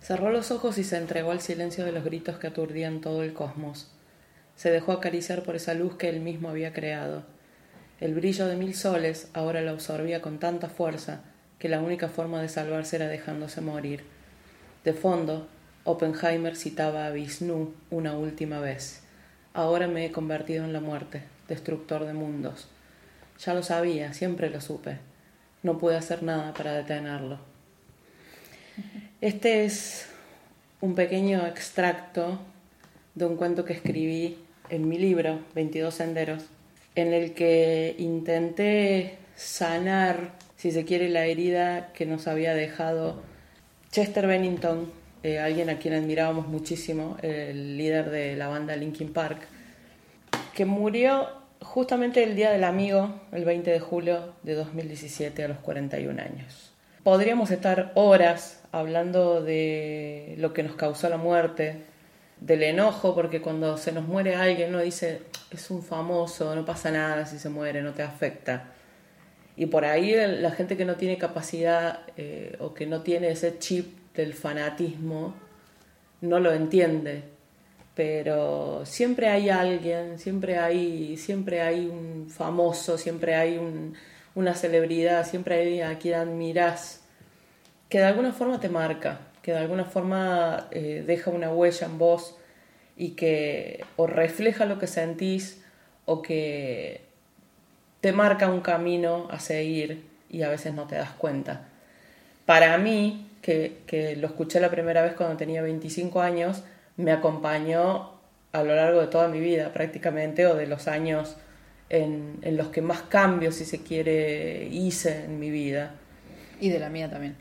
Cerró los ojos y se entregó al silencio de los gritos que aturdían todo el cosmos. Se dejó acariciar por esa luz que él mismo había creado. El brillo de 1000 soles ahora lo absorbía con tanta fuerza que la única forma de salvarse era dejándose morir. De fondo, Oppenheimer citaba a Vishnu una última vez. Ahora me he convertido en la muerte, destructor de mundos. Ya lo sabía, siempre lo supe. No pude hacer nada para detenerlo. Este es un pequeño extracto de un cuento que escribí en mi libro, 22 senderos, en el que intenté sanar, si se quiere, la herida que nos había dejado Chester Bennington, alguien a quien admirábamos muchísimo, el líder de la banda Linkin Park, que murió justamente el Día del Amigo, el 20 de julio de 2017, a los 41 años. Podríamos estar horas hablando de lo que nos causó la muerte, del enojo, porque cuando se nos muere alguien uno dice, es un famoso, no pasa nada si se muere, no te afecta. Y por ahí la gente que no tiene capacidad o que no tiene ese chip del fanatismo no lo entiende. Pero siempre hay alguien, siempre hay un famoso, siempre hay una celebridad, siempre hay a quien admirás, que de alguna forma te marca, que de alguna forma deja una huella en vos y que o refleja lo que sentís o que te marca un camino a seguir y a veces no te das cuenta. Para mí, que lo escuché la primera vez cuando tenía 25 años, me acompañó a lo largo de toda mi vida prácticamente, o de los años en los que más cambios, si se quiere, hice en mi vida. Y de la mía también.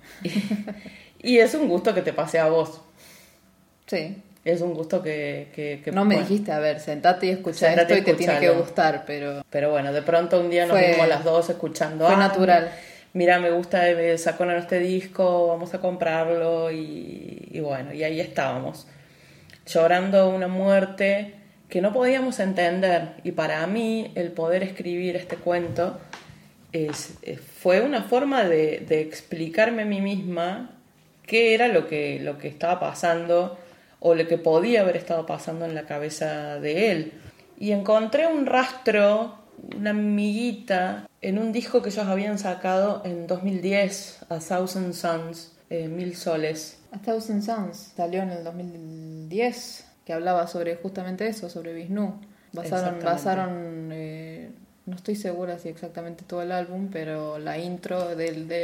Y es un gusto que te pase a vos. Sí. Es un gusto que no me dijiste, a ver, sentate y escucha esto y te tiene que gustar, pero... Pero bueno, de pronto un día nos vimos las dos escuchando. Fue natural. Mira, me gusta, sacaron este disco, vamos a comprarlo y bueno, y ahí estábamos. Llorando una muerte que no podíamos entender. Y para mí el poder escribir este cuento fue una forma de explicarme a mí misma qué era lo que estaba pasando o lo que podía haber estado pasando en la cabeza de él. Y encontré un rastro, una miguita, en un disco que ellos habían sacado en 2010, A Thousand Suns, 1000 soles. A Thousand Suns salió en el 2010, que hablaba sobre justamente eso, sobre Vishnu. Basaron no estoy segura si exactamente todo el álbum, pero la intro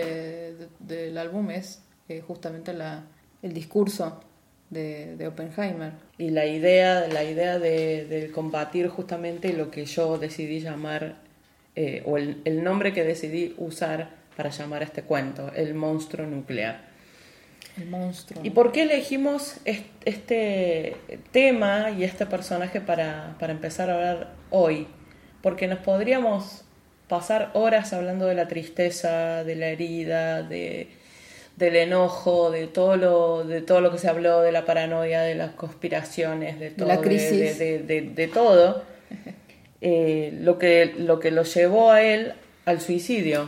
del álbum es justamente el discurso de Oppenheimer. Y la idea de combatir justamente lo que yo decidí llamar, o el nombre que decidí usar para llamar a este cuento, el monstruo nuclear. El monstruo. ¿Y por qué elegimos este tema y este personaje para empezar a hablar hoy? Porque nos podríamos pasar horas hablando de la tristeza, de la herida, del enojo, de todo lo que se habló, de la paranoia, de las conspiraciones, de todo, la crisis, de todo, lo que lo llevó a él al suicidio.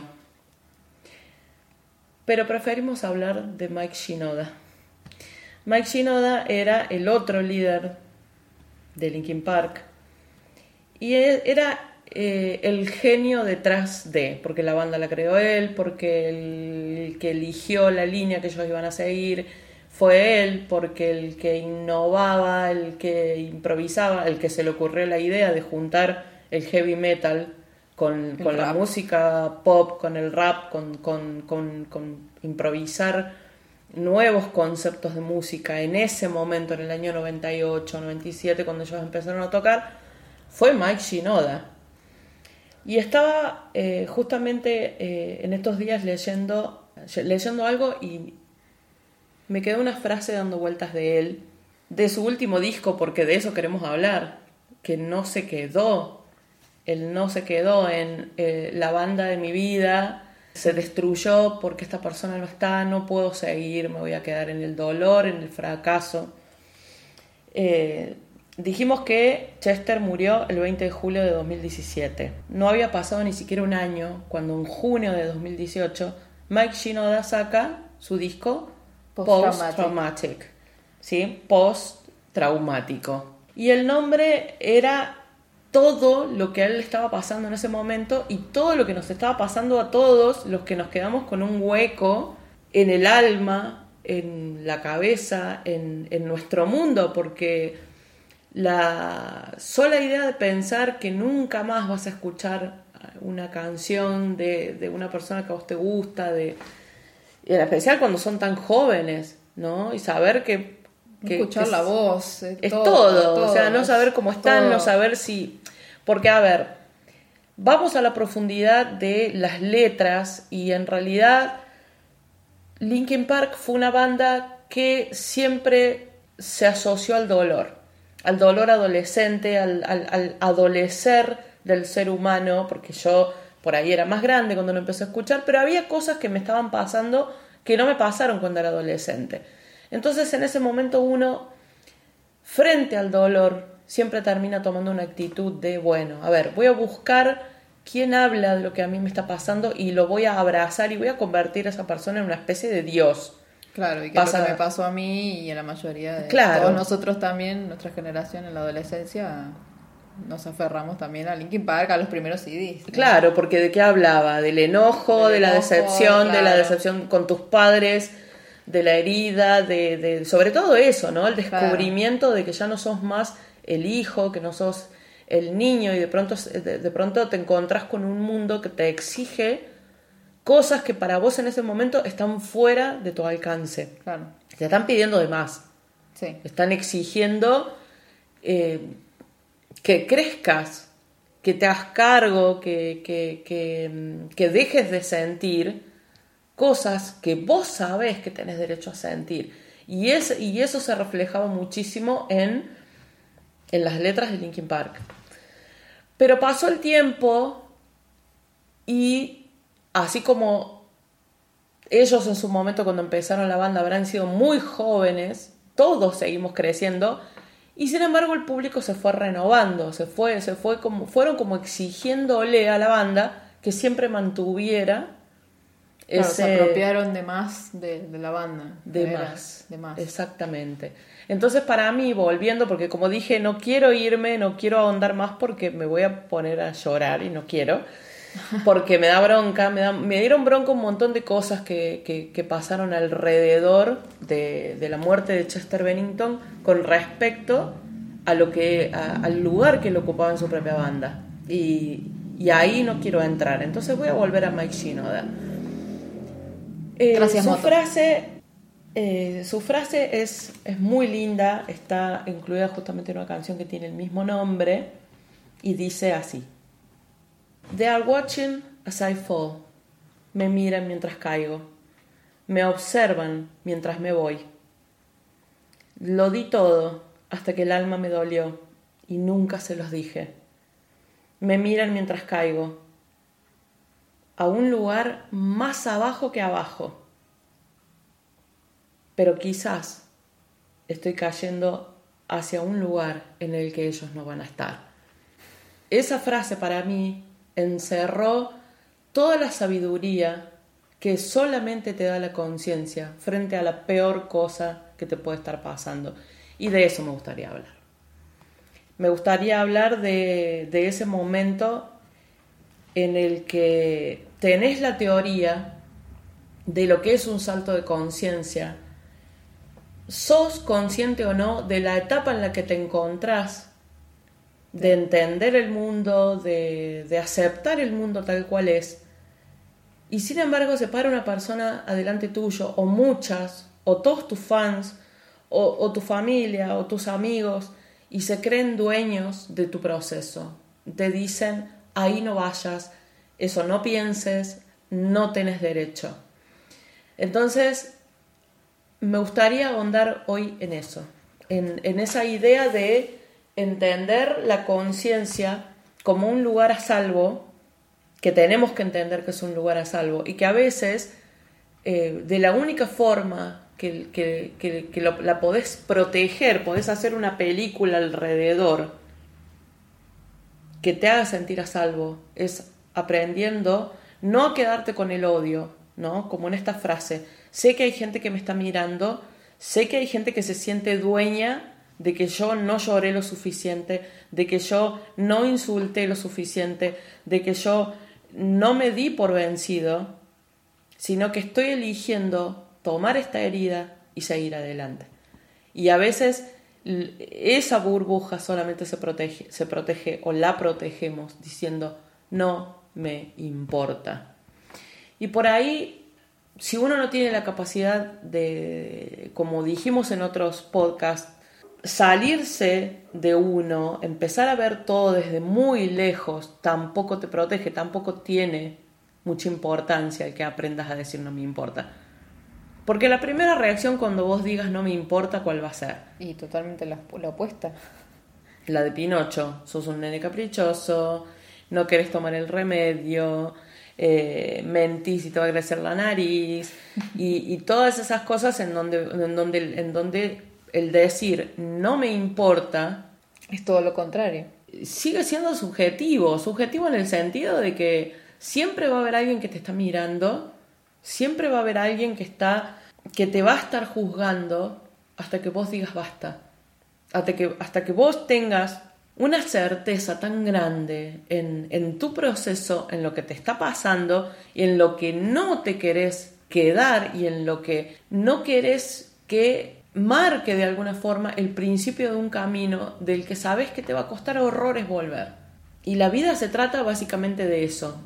Pero preferimos hablar de Mike Shinoda. Mike Shinoda era el otro líder de Linkin Park y era el genio detrás de, porque la banda la creó él, porque el que eligió la línea que ellos iban a seguir fue él, porque el que innovaba, el que improvisaba, el que se le ocurrió la idea de juntar el heavy metal con la música pop, con el rap, con improvisar nuevos conceptos de música en ese momento, en el año 98, 97, cuando ellos empezaron a tocar, fue Mike Shinoda. Y estaba justamente en estos días leyendo algo y me quedó una frase dando vueltas de él, de su último disco, porque de eso queremos hablar, que no se quedó. Él no se quedó en la banda de mi vida, se destruyó porque esta persona no está, no puedo seguir, me voy a quedar en el dolor, en el fracaso. Dijimos que Chester murió el 20 de julio de 2017. No había pasado ni siquiera un año cuando en junio de 2018 Mike Shinoda saca su disco Post-traumatic, ¿sí? Post-traumático. Y el nombre era todo lo que a él le estaba pasando en ese momento y todo lo que nos estaba pasando a todos los que nos quedamos con un hueco en el alma, en la cabeza, en nuestro mundo, porque la sola idea de pensar que nunca más vas a escuchar una canción de una persona que a vos te gusta, y en especial cuando son tan jóvenes, ¿no? Y saber que escuchar la voz es todo. O sea, no saber cómo están, no saber si... Porque, a ver, vamos a la profundidad de las letras y en realidad Linkin Park fue una banda que siempre se asoció al dolor adolescente, al adolecer del ser humano, porque yo por ahí era más grande cuando lo empecé a escuchar, pero había cosas que me estaban pasando que no me pasaron cuando era adolescente. Entonces en ese momento uno, frente al dolor, siempre termina tomando una actitud de, bueno, a ver, voy a buscar quién habla de lo que a mí me está pasando y lo voy a abrazar y voy a convertir a esa persona en una especie de Dios. Claro, y que es lo que me pasó a mí y a la mayoría de todos nosotros también, nuestra generación en la adolescencia, nos aferramos también a Linkin Park, a los primeros CDs, ¿no? Claro, porque ¿de qué hablaba? Del enojo, de la decepción, claro. De la decepción con tus padres, de la herida, de sobre todo eso, ¿no? El descubrimiento de que ya no sos más el hijo, que no sos el niño y de pronto te encontrás con un mundo que te exige cosas que para vos en ese momento están fuera de tu alcance. Claro. Te están pidiendo de más. Sí. Están exigiendo que crezcas, que te hagas cargo, que dejes de sentir cosas que vos sabés que tenés derecho a sentir. Y eso se reflejaba muchísimo en las letras de Linkin Park. Pero pasó el tiempo y así como ellos en su momento cuando empezaron la banda habrán sido muy jóvenes, todos seguimos creciendo y sin embargo el público se fue renovando, fueron como exigiéndole a la banda que siempre mantuviera se apropiaron de más de la banda. De más. Exactamente. Entonces para mí, volviendo, porque como dije, no quiero irme, no quiero ahondar más porque me voy a poner a llorar y no quiero, porque me da bronca, me dieron bronca un montón de cosas que pasaron alrededor de la muerte de Chester Bennington con respecto a al lugar que le ocupaba en su propia banda. Y ahí no quiero entrar. Entonces voy a volver a Mike Shinoda. Gracias, Su frase es muy linda, está incluida justamente en una canción que tiene el mismo nombre y dice así: They are watching as I fall. Me miran mientras caigo. Me observan mientras me voy. Lo di todo hasta que el alma me dolió y nunca se los dije. Me miran mientras caigo a un lugar más abajo que abajo. Pero quizás estoy cayendo hacia un lugar en el que ellos no van a estar. Esa frase para mí encerró toda la sabiduría que solamente te da la conciencia frente a la peor cosa que te puede estar pasando. Y de eso me gustaría hablar. Me gustaría hablar de ese momento en el que tenés la teoría de lo que es un salto de conciencia. Sos consciente o no de la etapa en la que te encontrás, de entender el mundo, de aceptar el mundo tal cual es. Y sin embargo se para una persona adelante tuyo, o muchas, o todos tus fans, o tu familia, o tus amigos, y se creen dueños de tu proceso. Te dicen: ahí no vayas, eso no pienses, no tenés derecho. Entonces, me gustaría ahondar hoy en eso, en esa idea de entender la conciencia como un lugar a salvo, que tenemos que entender que es un lugar a salvo, y que a veces, de la única forma que la podés proteger, podés hacer una película alrededor que te haga sentir a salvo, es aprendiendo no a quedarte con el odio, ¿no? Como en esta frase, sé que hay gente que me está mirando, sé que hay gente que se siente dueña de que yo no lloré lo suficiente, de que yo no insulté lo suficiente, de que yo no me di por vencido, sino que estoy eligiendo tomar esta herida y seguir adelante. Y a veces esa burbuja solamente se protege o la protegemos diciendo no me importa. Y por ahí, si uno no tiene la capacidad de, como dijimos en otros podcasts, salirse de uno, empezar a ver todo desde muy lejos, tampoco te protege, tampoco tiene mucha importancia el que aprendas a decir no me importa. Porque la primera reacción cuando vos digas no me importa, ¿cuál va a ser? Y totalmente la opuesta. La de Pinocho, sos un nene caprichoso, no querés tomar el remedio, mentís y te va a crecer la nariz, y todas esas cosas en donde el decir no me importa es todo lo contrario. Sigue siendo subjetivo en el sentido de que siempre va a haber alguien que te está mirando, siempre va a haber alguien que te va a estar juzgando hasta que vos digas basta, hasta que vos tengas una certeza tan grande en tu proceso, en lo que te está pasando y en lo que no te querés quedar y en lo que no querés que marque de alguna forma el principio de un camino del que sabes que te va a costar horrores volver. Y la vida se trata básicamente de eso,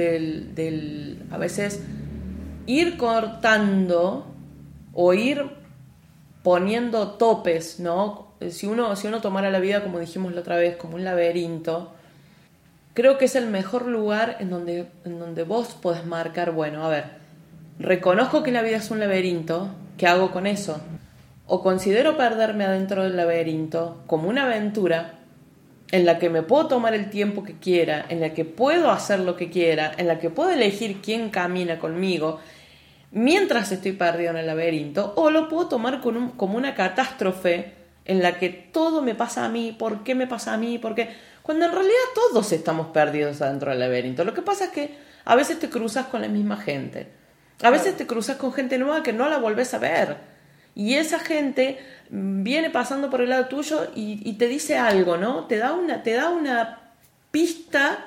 del a veces ir cortando o ir poniendo topes, ¿no? Si uno tomara la vida, como dijimos la otra vez, como un laberinto, creo que es el mejor lugar en donde vos podés marcar, bueno, a ver, reconozco que la vida es un laberinto, ¿qué hago con eso? O considero perderme adentro del laberinto como una aventura en la que me puedo tomar el tiempo que quiera, en la que puedo hacer lo que quiera, en la que puedo elegir quién camina conmigo mientras estoy perdido en el laberinto, o lo puedo tomar como una catástrofe en la que todo me pasa a mí, ¿por qué me pasa a mí? ¿Por qué? Cuando en realidad todos estamos perdidos adentro del laberinto. Lo que pasa es que a veces te cruzas con la misma gente, a veces te cruzas con gente nueva que no la volvés a ver. Y esa gente viene pasando por el lado tuyo y te dice algo, ¿no? Te da una pista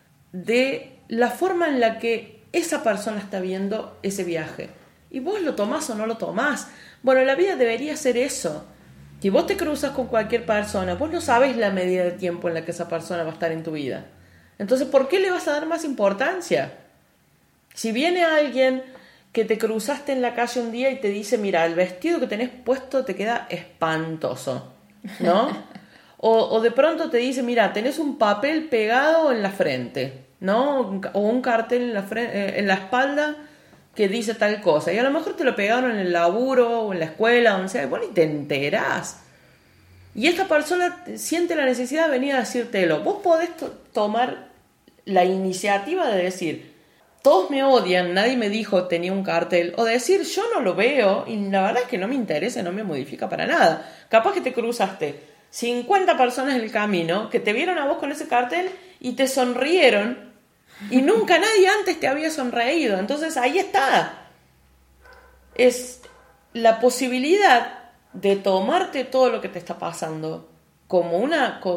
de la forma en la que esa persona está viendo ese viaje. Y vos lo tomás o no lo tomás. Bueno, la vida debería ser eso. Si vos te cruzas con cualquier persona, vos no sabés la medida de tiempo en la que esa persona va a estar en tu vida. Entonces, ¿por qué le vas a dar más importancia? Si viene alguien que te cruzaste en la calle un día y te dice, mira, el vestido que tenés puesto te queda espantoso, ¿no? o de pronto te dice, mira, tenés un papel pegado en la frente, ¿no? O un cartel en la espalda que dice tal cosa. Y a lo mejor te lo pegaron en el laburo o en la escuela, donde sea, bueno, y te enterás. Y esta persona siente la necesidad de venir a decírtelo. Vos podés tomar la iniciativa de decir, todos me odian, nadie me dijo tenía un cartel, o decir yo no lo veo y la verdad es que no me interesa, no me modifica para nada. Capaz que te cruzaste 50 personas en el camino que te vieron a vos con ese cartel y te sonrieron y nunca nadie antes te había sonreído. Entonces ahí está. Es la posibilidad de tomarte todo lo que te está pasando como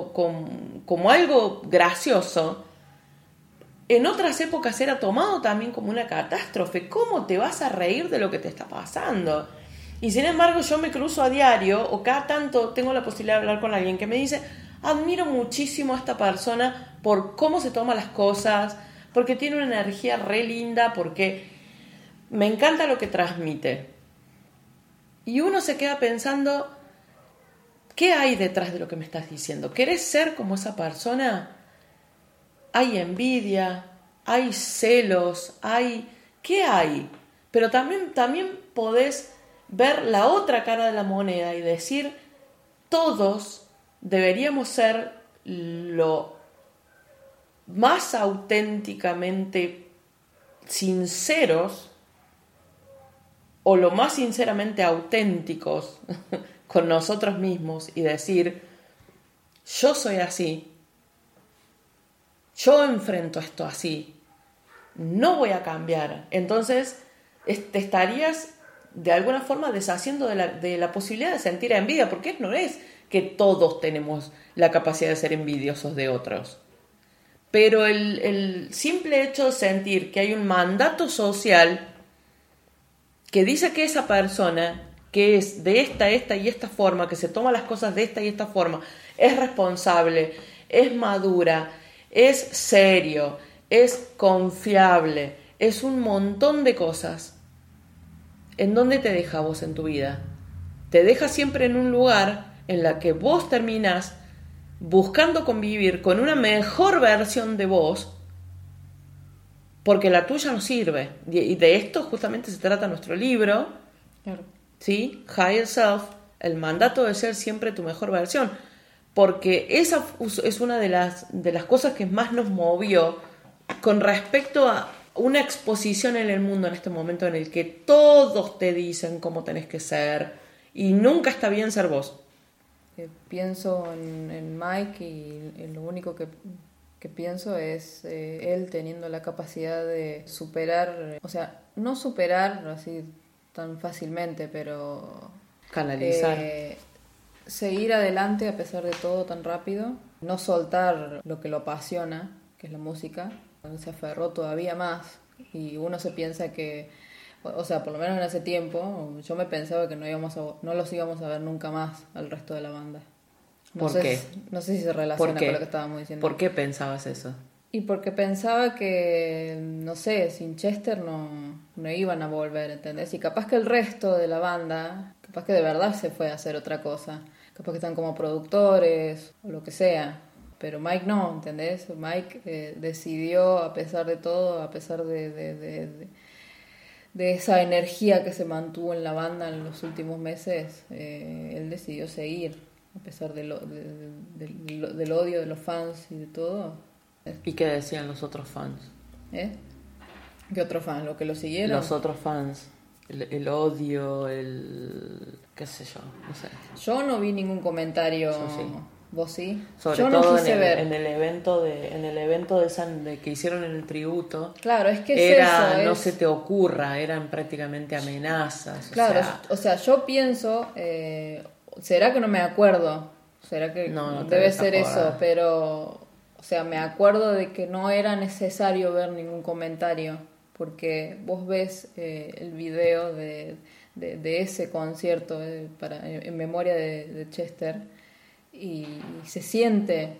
algo gracioso. En otras épocas era tomado también como una catástrofe. ¿Cómo te vas a reír de lo que te está pasando? Y sin embargo yo me cruzo a diario o cada tanto tengo la posibilidad de hablar con alguien que me dice, admiro muchísimo a esta persona por cómo se toma las cosas, porque tiene una energía re linda, porque me encanta lo que transmite. Y uno se queda pensando, ¿qué hay detrás de lo que me estás diciendo? ¿Querés ser como esa persona? Hay envidia, hay celos, ¿qué hay? Pero también podés ver la otra cara de la moneda y decir, todos deberíamos ser lo más auténticamente sinceros o lo más sinceramente auténticos con nosotros mismos y decir, yo soy así. Yo enfrento esto así, no voy a cambiar. Entonces te estarías de alguna forma deshaciendo de la posibilidad de sentir envidia, porque no es que todos tenemos la capacidad de ser envidiosos de otros. Pero el simple hecho de sentir que hay un mandato social que dice que esa persona, que es de esta y esta forma, que se toma las cosas de esta y esta forma, es responsable, es madura, es serio, es confiable, es un montón de cosas. ¿En dónde te deja vos en tu vida? Te deja siempre en un lugar en la que vos terminás buscando convivir con una mejor versión de vos, porque la tuya no sirve. Y de esto justamente se trata nuestro libro, Claro. ¿sí? Higher Self, el mandato de ser siempre tu mejor versión, porque esa es una de las cosas que más nos movió con respecto a una exposición en el mundo en este momento en el que todos te dicen cómo tenés que ser y nunca está bien ser vos. Pienso en Mike y lo único que pienso es él teniendo la capacidad de superar, o sea, no superar así tan fácilmente, pero Canalizar. Seguir adelante a pesar de todo tan rápido, no soltar lo que lo apasiona, que es la música, se aferró todavía más y uno se piensa que, o sea, por lo menos en ese tiempo, yo me pensaba que no los íbamos a ver nunca más al resto de la banda. ¿Por qué? No sé si se relaciona con lo que estábamos diciendo. ¿Por qué pensabas eso? Y porque pensaba que, no sé, sin Chester no iban a volver, ¿entendés? Y capaz que el resto de la banda, capaz que de verdad se fue a hacer otra cosa. Capaz que están como productores o lo que sea. Pero Mike no, ¿entendés? Mike decidió, a pesar de todo, a pesar de esa energía que se mantuvo en la banda en los últimos meses, él decidió seguir, a pesar del odio de los fans y de todo. ¿Y qué decían los otros fans? ¿Qué otros fans? ¿Lo que lo siguieron? Los otros fans. El odio, qué sé yo, no sé. Yo no vi ningún comentario. Yo sí. ¿Vos sí? Sobre yo todo no quise ver. en el evento que hicieron en el tributo. Claro, es que no se te ocurra, eran prácticamente amenazas. Claro, o sea yo pienso, ¿será que no me acuerdo? ¿Será que no debe ser eso? Pero, o sea, me acuerdo de que no era necesario ver ningún comentario, porque vos ves el video de ese concierto en memoria de Chester y se siente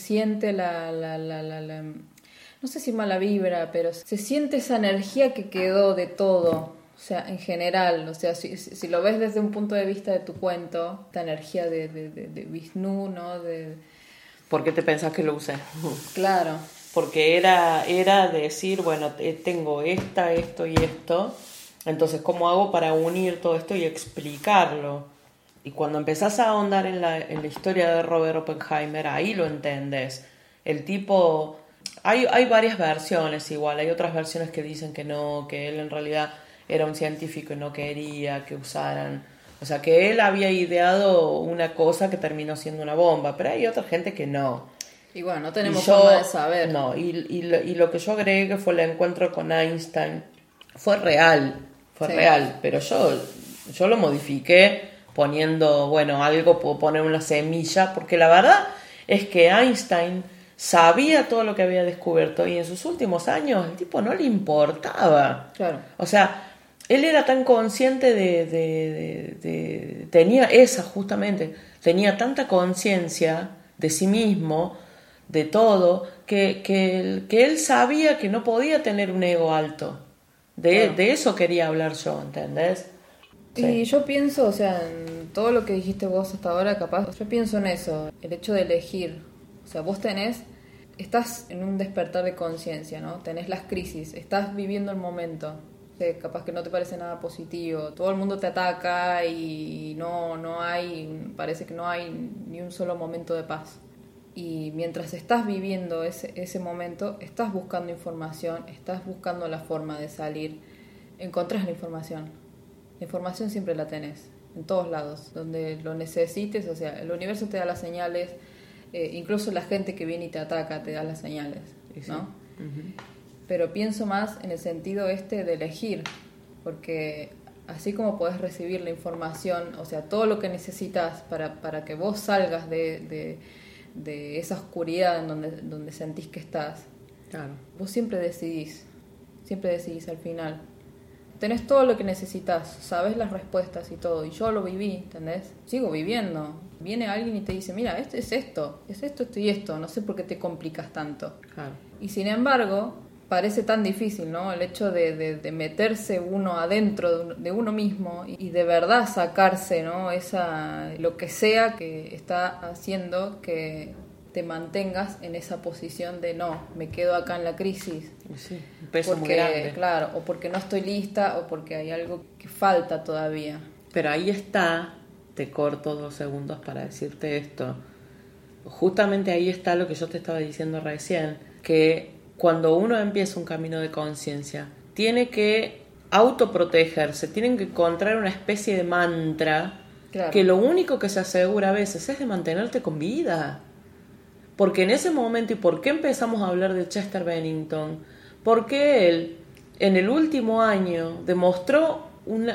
la no sé si mala vibra, pero se siente esa energía que quedó de todo. O sea, en general, o sea, si lo ves desde un punto de vista de tu cuento, esta energía de Vishnu, ¿no? ¿Por qué te pensás que lo usé? Claro. Porque era decir, bueno, tengo esto y esto, entonces, ¿cómo hago para unir todo esto y explicarlo? Y cuando empezás a ahondar en la historia de Robert Oppenheimer, ahí lo entendés. El tipo... Hay varias versiones igual, hay otras versiones que dicen que no, que él en realidad era un científico y no quería que usaran... O sea, que él había ideado una cosa que terminó siendo una bomba, pero hay otra gente que no. Y bueno, no tenemos forma de saber. No, y lo que yo agregué que fue el encuentro con Einstein fue real, pero yo lo modifiqué poniendo, bueno, algo, puedo poner una semilla, porque la verdad es que Einstein sabía todo lo que había descubierto y en sus últimos años el tipo no le importaba. Claro. O sea, él era tan consciente tenía tanta conciencia de sí mismo, de todo, que él sabía que no podía tener un ego alto. De eso quería hablar yo, ¿entendés? Sí. Y yo pienso, o sea, en todo lo que dijiste vos hasta ahora, capaz, yo pienso en eso, el hecho de elegir. O sea, vos estás en un despertar de conciencia, ¿no? Tenés las crisis, estás viviendo el momento. Capaz que no te parece nada positivo, todo el mundo te ataca y parece que no hay ni un solo momento de paz. Y mientras estás viviendo ese momento, estás buscando información, estás buscando la forma de salir, encontrás la información. La información siempre la tenés, en todos lados, donde lo necesites, o sea, el universo te da las señales, incluso la gente que viene y te ataca te da las señales, ¿no? Uh-huh. Pero pienso más en el sentido de elegir, porque así como podés recibir la información, o sea, todo lo que necesitas para que vos salgas de esa oscuridad en donde sentís que estás. Claro. Vos siempre decidís al final. Tenés todo lo que necesitas, sabés las respuestas y todo, y yo lo viví, ¿entendés? Sigo viviendo. Viene alguien y te dice, mira, esto, esto y esto, no sé por qué te complicas tanto. Claro. Y sin embargo, parece tan difícil, ¿no? El hecho de meterse uno adentro de uno mismo y de verdad sacarse, ¿no? Lo que sea que está haciendo que te mantengas en esa posición de no, me quedo acá en la crisis. Sí, un peso muy grande. Claro, o porque no estoy lista o porque hay algo que falta todavía. Pero ahí está, te corto 2 segundos para decirte esto. Justamente ahí está lo que yo te estaba diciendo recién, que cuando uno empieza un camino de conciencia, tiene que autoprotegerse, tienen que encontrar una especie de mantra, claro, que lo único que se asegura a veces es de mantenerte con vida. Porque en ese momento, ¿y por qué empezamos a hablar de Chester Bennington? Porque él, en el último año, demostró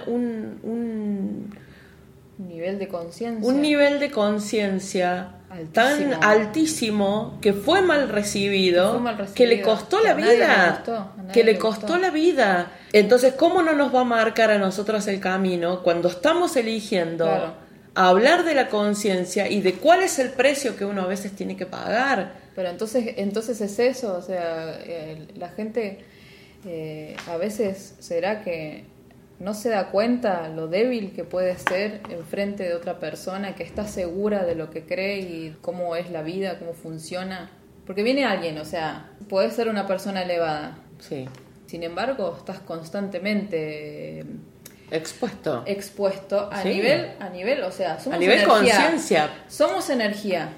un nivel de conciencia. Un nivel de conciencia tan altísimo que fue mal recibido, que le costó la vida. Que le costó la vida. Entonces, ¿cómo no nos va a marcar a nosotros el camino cuando estamos eligiendo, claro, hablar de la conciencia y de cuál es el precio que uno a veces tiene que pagar? Pero entonces es eso, o sea, la gente a veces será que no se da cuenta lo débil que puede ser enfrente de otra persona que está segura de lo que cree y cómo es la vida, cómo funciona. Porque viene alguien, o sea, puedes ser una persona elevada. Sí. Sin embargo, estás constantemente expuesto a sí, nivel, o sea, somos a nivel energía. Conciencia. Somos energía,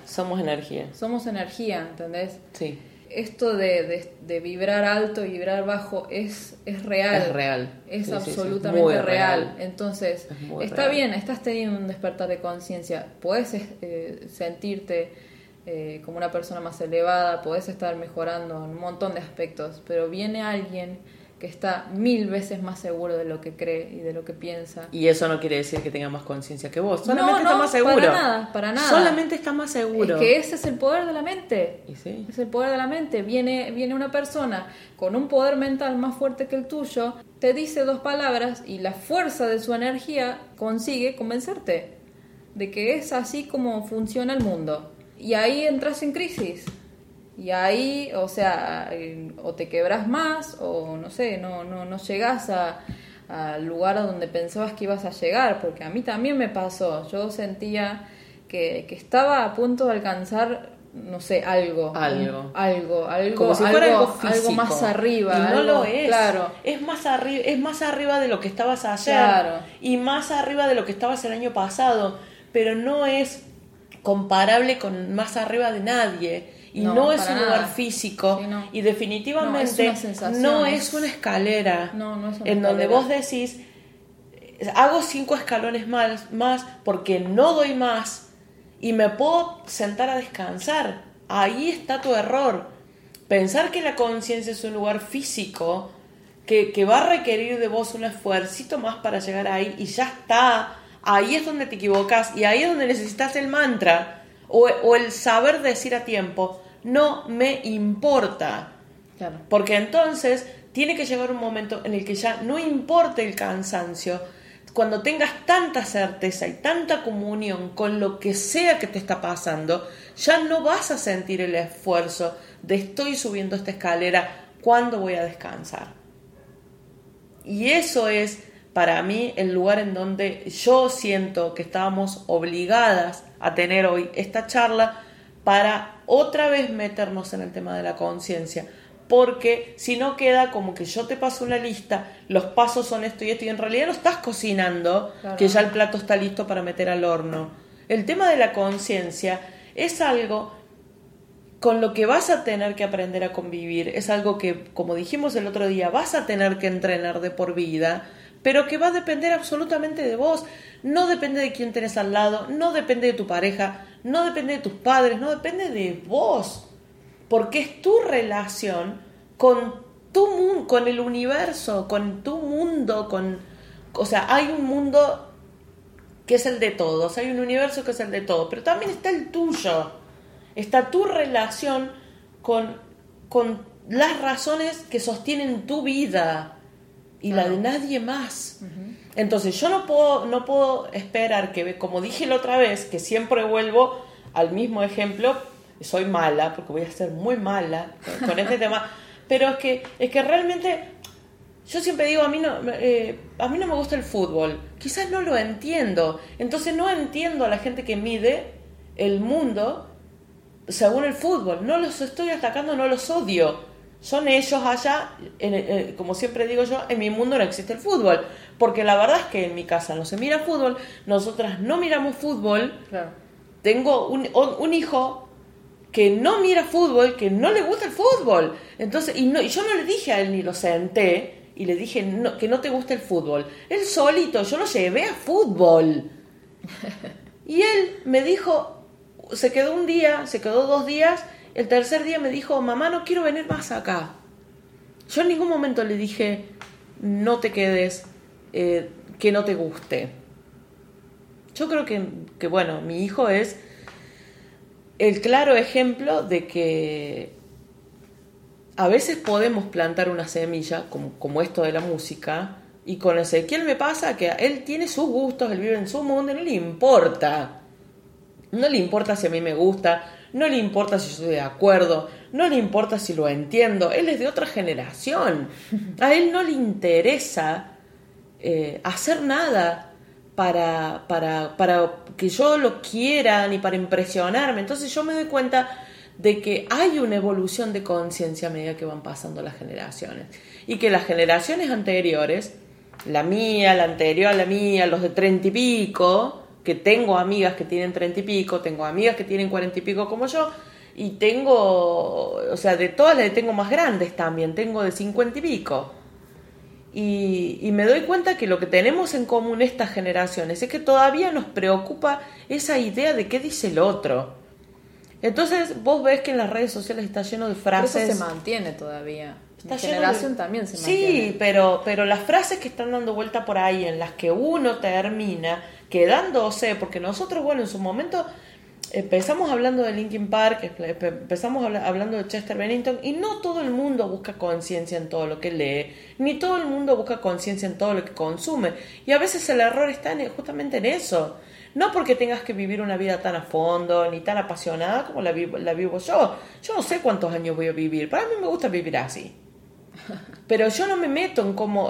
¿entendés? Sí. Esto de vibrar alto y vibrar bajo es real. Es sí, absolutamente sí. Real. Entonces, está real. Bien, estás teniendo un despertar de conciencia. Podés sentirte como una persona más elevada, podés estar mejorando en un montón de aspectos, pero viene alguien que está 1000 veces más seguro de lo que cree y de lo que piensa. Y eso no quiere decir que tenga más conciencia que vos. Solamente está más seguro. Para nada. Solamente está más seguro. Es que ese es el poder de la mente. ¿Y sí? Es el poder de la mente. Viene una persona con un poder mental más fuerte que el tuyo, te dice 2 palabras y la fuerza de su energía consigue convencerte de que es así como funciona el mundo. Y ahí entras en crisis. Y ahí, o sea, o te quebrás más, o no sé, no llegás al lugar a donde pensabas que ibas a llegar, porque a mí también me pasó. Yo sentía que estaba a punto de alcanzar, no sé, algo como si fuera algo físico, algo más arriba. Y no lo es. Claro. Es más arriba de lo que estabas ayer, claro, y más arriba de lo que estabas el año pasado, pero no es comparable con más arriba de nadie. Y no es un lugar físico, sí, no. Y definitivamente no es una escalera, no es una en donde vos decís, hago 5 escalones más porque no doy más y me puedo sentar a descansar. Ahí está tu error. Pensar que la conciencia es un lugar físico que va a requerir de vos un esfuercito más para llegar ahí y ya está. Ahí es donde te equivocas y ahí es donde necesitas el mantra. O el saber decir a tiempo, no me importa. Claro. Porque entonces tiene que llegar un momento en el que ya no importe el cansancio. Cuando tengas tanta certeza y tanta comunión con lo que sea que te está pasando, ya no vas a sentir el esfuerzo de estoy subiendo esta escalera, ¿cuándo voy a descansar? Y eso es para mí el lugar en donde yo siento que estábamos obligadas a tener hoy esta charla para otra vez meternos en el tema de la conciencia, porque si no queda como que yo te paso una lista, los pasos son esto y en realidad no estás cocinando, claro, que ya el plato está listo para meter al horno. El tema de la conciencia es algo con lo que vas a tener que aprender a convivir, es algo que, como dijimos el otro día, vas a tener que entrenar de por vida, pero que va a depender absolutamente de vos. No depende de quién tenés al lado, no depende de tu pareja, no depende de tus padres, no depende de vos, porque es tu relación con tu mundo, con el universo, con tu mundo, o sea, hay un mundo que es el de todos, hay un universo que es el de todos, pero también está el tuyo, está tu relación con las razones que sostienen tu vida y la de nadie más. Uh-huh. Entonces yo no puedo esperar que, como dije la otra vez, que siempre vuelvo al mismo ejemplo, soy mala, porque voy a ser muy mala con este tema, pero es que realmente yo siempre digo, a mí no me gusta el fútbol, quizás no lo entiendo, entonces no entiendo a la gente que mide el mundo según el fútbol, no los estoy atacando, no los odio, son ellos allá, como siempre digo yo, en mi mundo no existe el fútbol, porque la verdad es que en mi casa no se mira fútbol, nosotras no miramos fútbol, claro. Tengo un hijo que no mira fútbol, que no le gusta el fútbol, entonces y yo no le dije a él, ni lo senté y le dije que no te gusta el fútbol, él solito, yo lo llevé a fútbol y él me dijo, se quedó 2 días, el tercer día me dijo, mamá, no quiero venir más acá. Yo en ningún momento le dije, no te quedes, que no te guste. Yo creo que bueno, mi hijo es el claro ejemplo de que a veces podemos plantar una semilla, como esto de la música, y con Ezequiel me pasa que él tiene sus gustos, él vive en su mundo, y no le importa. No le importa si a mí me gusta, no le importa si yo estoy de acuerdo, no le importa si lo entiendo, él es de otra generación. A él no le interesa hacer nada para que yo lo quiera ni para impresionarme. Entonces yo me doy cuenta de que hay una evolución de conciencia a medida que van pasando las generaciones y que las generaciones anteriores, la mía, la anterior a la mía, los de 30 y pico, que tengo amigas que tienen 30 y pico, tengo amigas que tienen 40 y pico como yo, y tengo, o sea, de todas las que tengo más grandes también, tengo de 50 y pico. Y me doy cuenta que lo que tenemos en común estas generaciones es que todavía nos preocupa esa idea de qué dice el otro. Entonces vos ves que en las redes sociales está lleno de frases. Pero eso se mantiene todavía. La generación también se mantiene. Sí, pero las frases que están dando vuelta por ahí, en las que uno termina quedándose, porque nosotros, bueno, en su momento empezamos hablando de Linkin Park, empezamos hablando de Chester Bennington, y no todo el mundo busca conciencia en todo lo que lee, ni todo el mundo busca conciencia en todo lo que consume, y a veces el error está justamente en eso. No porque tengas que vivir una vida tan a fondo, ni tan apasionada como la vivo yo. Yo no sé cuántos años voy a vivir, para mí me gusta vivir así. Pero yo no me meto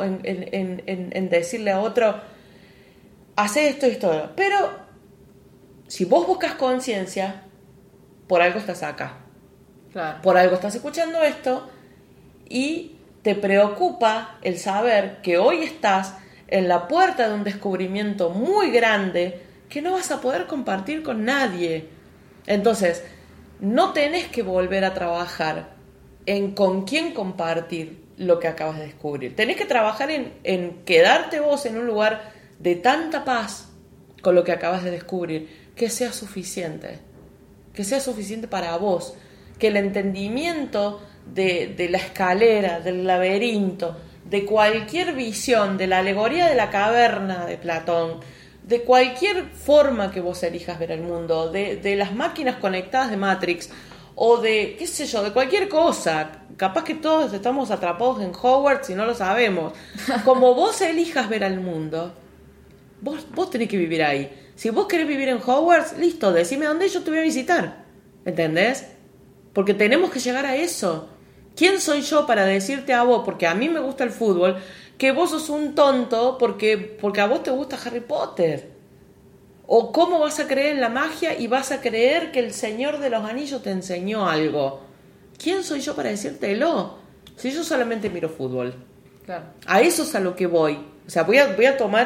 en decirle a otro, hace esto y esto. Pero si vos buscas conciencia, por algo estás acá. Claro. Por algo estás escuchando esto y te preocupa el saber que hoy estás en la puerta de un descubrimiento muy grande que no vas a poder compartir con nadie. Entonces, no tenés que volver a trabajar en con quién compartir lo que acabas de descubrir. Tenés que trabajar en quedarte vos en un lugar de tanta paz con lo que acabas de descubrir, que sea suficiente para vos, que el entendimiento de la escalera, del laberinto, de cualquier visión, de la alegoría de la caverna de Platón, de cualquier forma que vos elijas ver el mundo, de las máquinas conectadas de Matrix, o de, qué sé yo, de cualquier cosa. Capaz que todos estamos atrapados en Hogwarts y no lo sabemos. Como vos elijas ver al mundo, vos tenés que vivir ahí. Si vos querés vivir en Hogwarts, listo, decime dónde, yo te voy a visitar. ¿Entendés? Porque tenemos que llegar a eso. ¿Quién soy yo para decirte a vos, porque a mí me gusta el fútbol, que vos sos un tonto porque a vos te gusta Harry Potter? ¿O cómo vas a creer en la magia y vas a creer que el Señor de los Anillos te enseñó algo? ¿Quién soy yo para decírtelo? Si yo solamente miro fútbol. Claro. A eso es a lo que voy. O sea, voy a tomar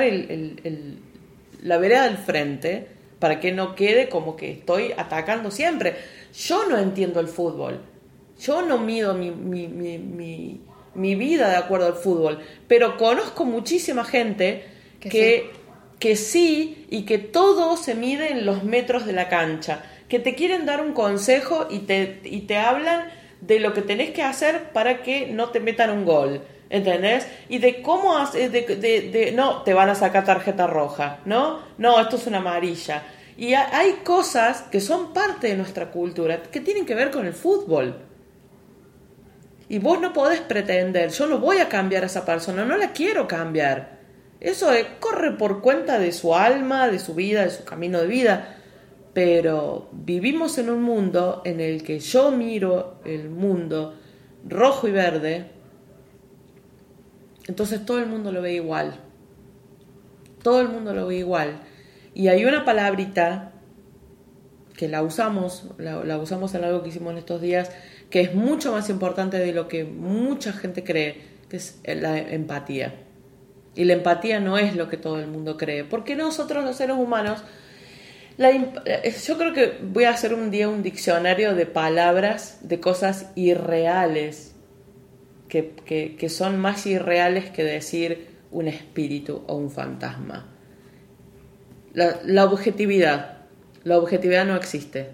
la vereda del frente para que no quede como que estoy atacando siempre. Yo no entiendo el fútbol. Yo no mido mi vida de acuerdo al fútbol. Pero conozco muchísima gente que sí, y que todo se mide en los metros de la cancha, que te quieren dar un consejo y te hablan de lo que tenés que hacer para que no te metan un gol. ¿entendés? Y de cómo no, te van a sacar tarjeta roja, ¿no? No, esto es una amarilla. Y hay cosas que son parte de nuestra cultura que tienen que ver con el fútbol. Y vos no podés pretender, yo no voy a cambiar a esa persona, no la quiero cambiar. Eso corre por cuenta de su alma, de su vida, de su camino de vida. Pero vivimos en un mundo en el que yo miro el mundo rojo y verde, entonces todo el mundo lo ve igual. Todo el mundo lo ve igual. Y hay una palabrita que la usamos en algo que hicimos en estos días, que es mucho más importante de lo que mucha gente cree, que es la empatía. Y la empatía no es lo que todo el mundo cree, porque nosotros los seres humanos, yo creo que voy a hacer un día un diccionario de palabras, de cosas irreales, que son más irreales que decir un espíritu o un fantasma. La objetividad no existe,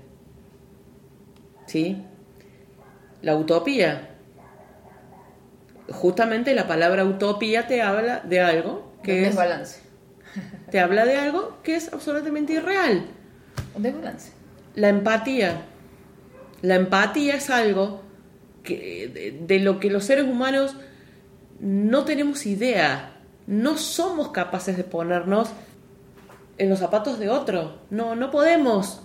¿sí? La utopía, justamente la palabra utopía te habla de algo que es desbalance. Te habla de algo que es absolutamente irreal. Un desbalance. La empatía es algo de lo que los seres humanos no tenemos idea. No somos capaces de ponernos en los zapatos de otro. No podemos.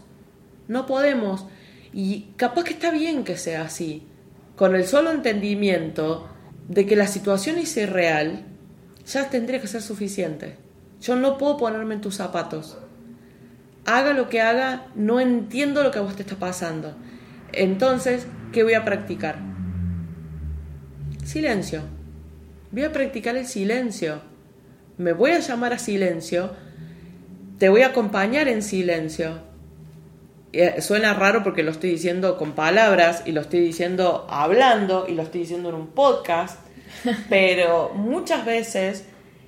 Y capaz que está bien que sea así. Con el solo entendimiento de que la situación es irreal, ya tendría que ser suficiente. Yo no puedo ponerme en tus zapatos. Haga lo que haga, no entiendo lo que a vos te está pasando. Entonces, ¿qué voy a practicar? Silencio. Voy a practicar el silencio. Me voy a llamar a silencio. Te voy a acompañar en silencio. Suena raro porque lo estoy diciendo con palabras y lo estoy diciendo hablando y lo estoy diciendo en un podcast, pero muchas veces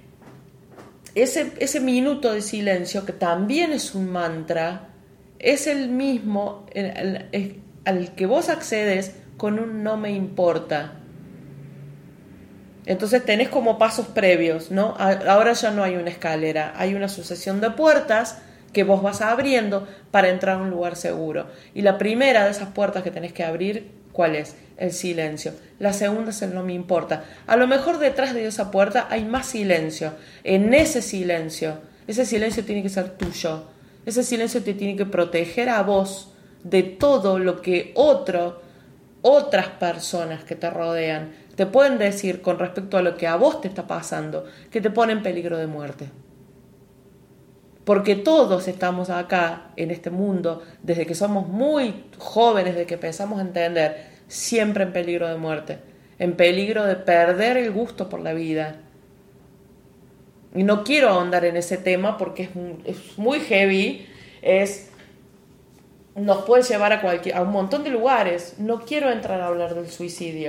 ese minuto de silencio, que también es un mantra, es el mismo al que vos accedes con un no me importa. Entonces tenés como pasos previos, ¿no? Ahora ya no hay una escalera, hay una sucesión de puertas que vos vas abriendo para entrar a un lugar seguro. Y la primera de esas puertas que tenés que abrir, ¿cuál es? El silencio. La segunda es el no me importa. A lo mejor detrás de esa puerta hay más silencio. En ese silencio tiene que ser tuyo. Ese silencio te tiene que proteger a vos de todo lo que otras personas que te rodean te pueden decir con respecto a lo que a vos te está pasando, que te pone en peligro de muerte. Porque todos estamos acá, en este mundo, desde que somos muy jóvenes, desde que empezamos a entender, siempre en peligro de muerte, en peligro de perder el gusto por la vida. Y no quiero ahondar en ese tema porque es muy heavy, nos puede llevar a un montón de lugares. No quiero entrar a hablar del suicidio,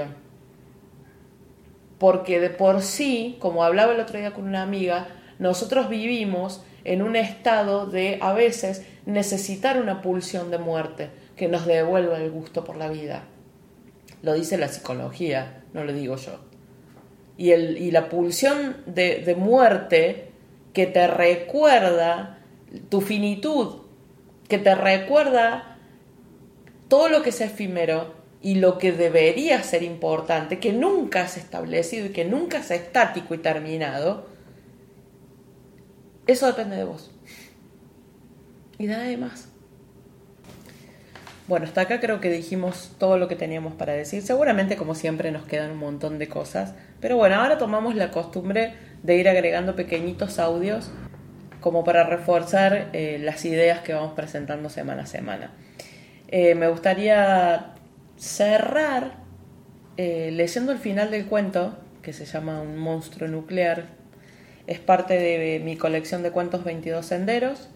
porque de por sí, como hablaba el otro día con una amiga, nosotros vivimos en un estado de, a veces, necesitar una pulsión de muerte que nos devuelva el gusto por la vida. Lo dice la psicología, no lo digo yo. Y la pulsión de muerte que te recuerda tu finitud, que te recuerda todo lo que es efímero y lo que debería ser importante, que nunca es establecido y que nunca es estático y terminado, eso depende de vos. Y nada de más. Bueno, hasta acá creo que dijimos todo lo que teníamos para decir. Seguramente, como siempre, nos quedan un montón de cosas. Pero bueno, ahora tomamos la costumbre de ir agregando pequeñitos audios como para reforzar las ideas que vamos presentando semana a semana. Me gustaría cerrar leyendo el final del cuento, que se llama Un monstruo nuclear. Es parte de mi colección de cuentos 22 senderos.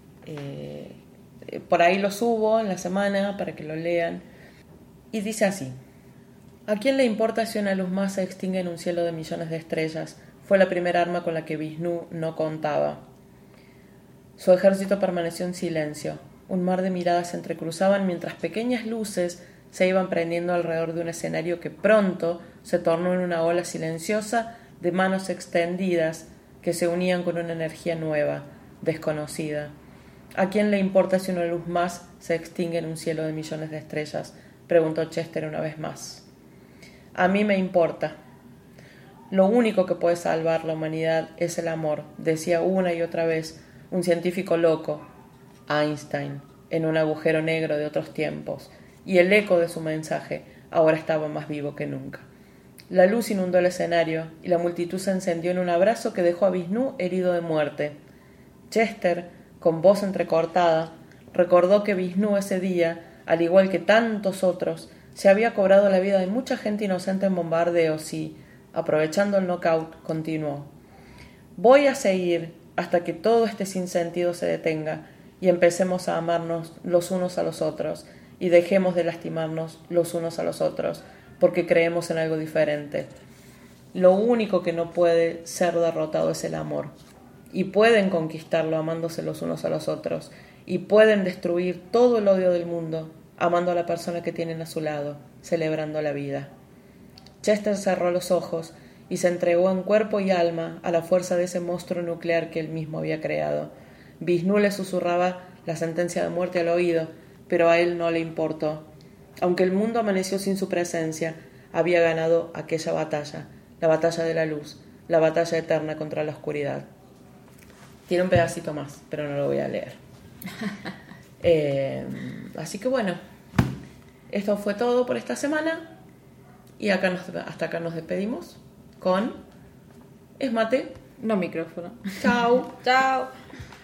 Por ahí lo subo en la semana para que lo lean. Y dice así: ¿a quién le importa si una luz más se extingue en un cielo de millones de estrellas? Fue la primera arma con la que Vishnu no contaba. Su ejército permaneció en silencio. Un mar de miradas se entrecruzaban mientras pequeñas luces se iban prendiendo alrededor de un escenario que pronto se tornó en una ola silenciosa de manos extendidas que se unían con una energía nueva, desconocida. ¿A quién le importa si una luz más se extingue en un cielo de millones de estrellas?, preguntó Chester una vez más. A mí me importa. Lo único que puede salvar la humanidad es el amor, decía una y otra vez un científico loco, Einstein, en un agujero negro de otros tiempos, y el eco de su mensaje ahora estaba más vivo que nunca. La luz inundó el escenario y la multitud se encendió en un abrazo que dejó a Vishnu herido de muerte. Chester, con voz entrecortada, recordó que Vishnu ese día, al igual que tantos otros, se había cobrado la vida de mucha gente inocente en bombardeos y, aprovechando el knockout, continuó. Voy a seguir hasta que todo este sinsentido se detenga y empecemos a amarnos los unos a los otros y dejemos de lastimarnos los unos a los otros porque creemos en algo diferente. Lo único que no puede ser derrotado es el amor, y pueden conquistarlo amándose los unos a los otros, y pueden destruir todo el odio del mundo amando a la persona que tienen a su lado, celebrando la vida. Chester cerró los ojos y se entregó en cuerpo y alma a la fuerza de ese monstruo nuclear que él mismo había creado. Vishnu le susurraba la sentencia de muerte al oído, pero a él no le importó. Aunque el mundo amaneció sin su presencia, había ganado aquella batalla, la batalla de la luz, la batalla eterna contra la oscuridad. Tiene un pedacito más, pero no lo voy a leer. Así que bueno, esto fue todo por esta semana y hasta acá nos despedimos con Esmate. No micrófono. Chao. Chao.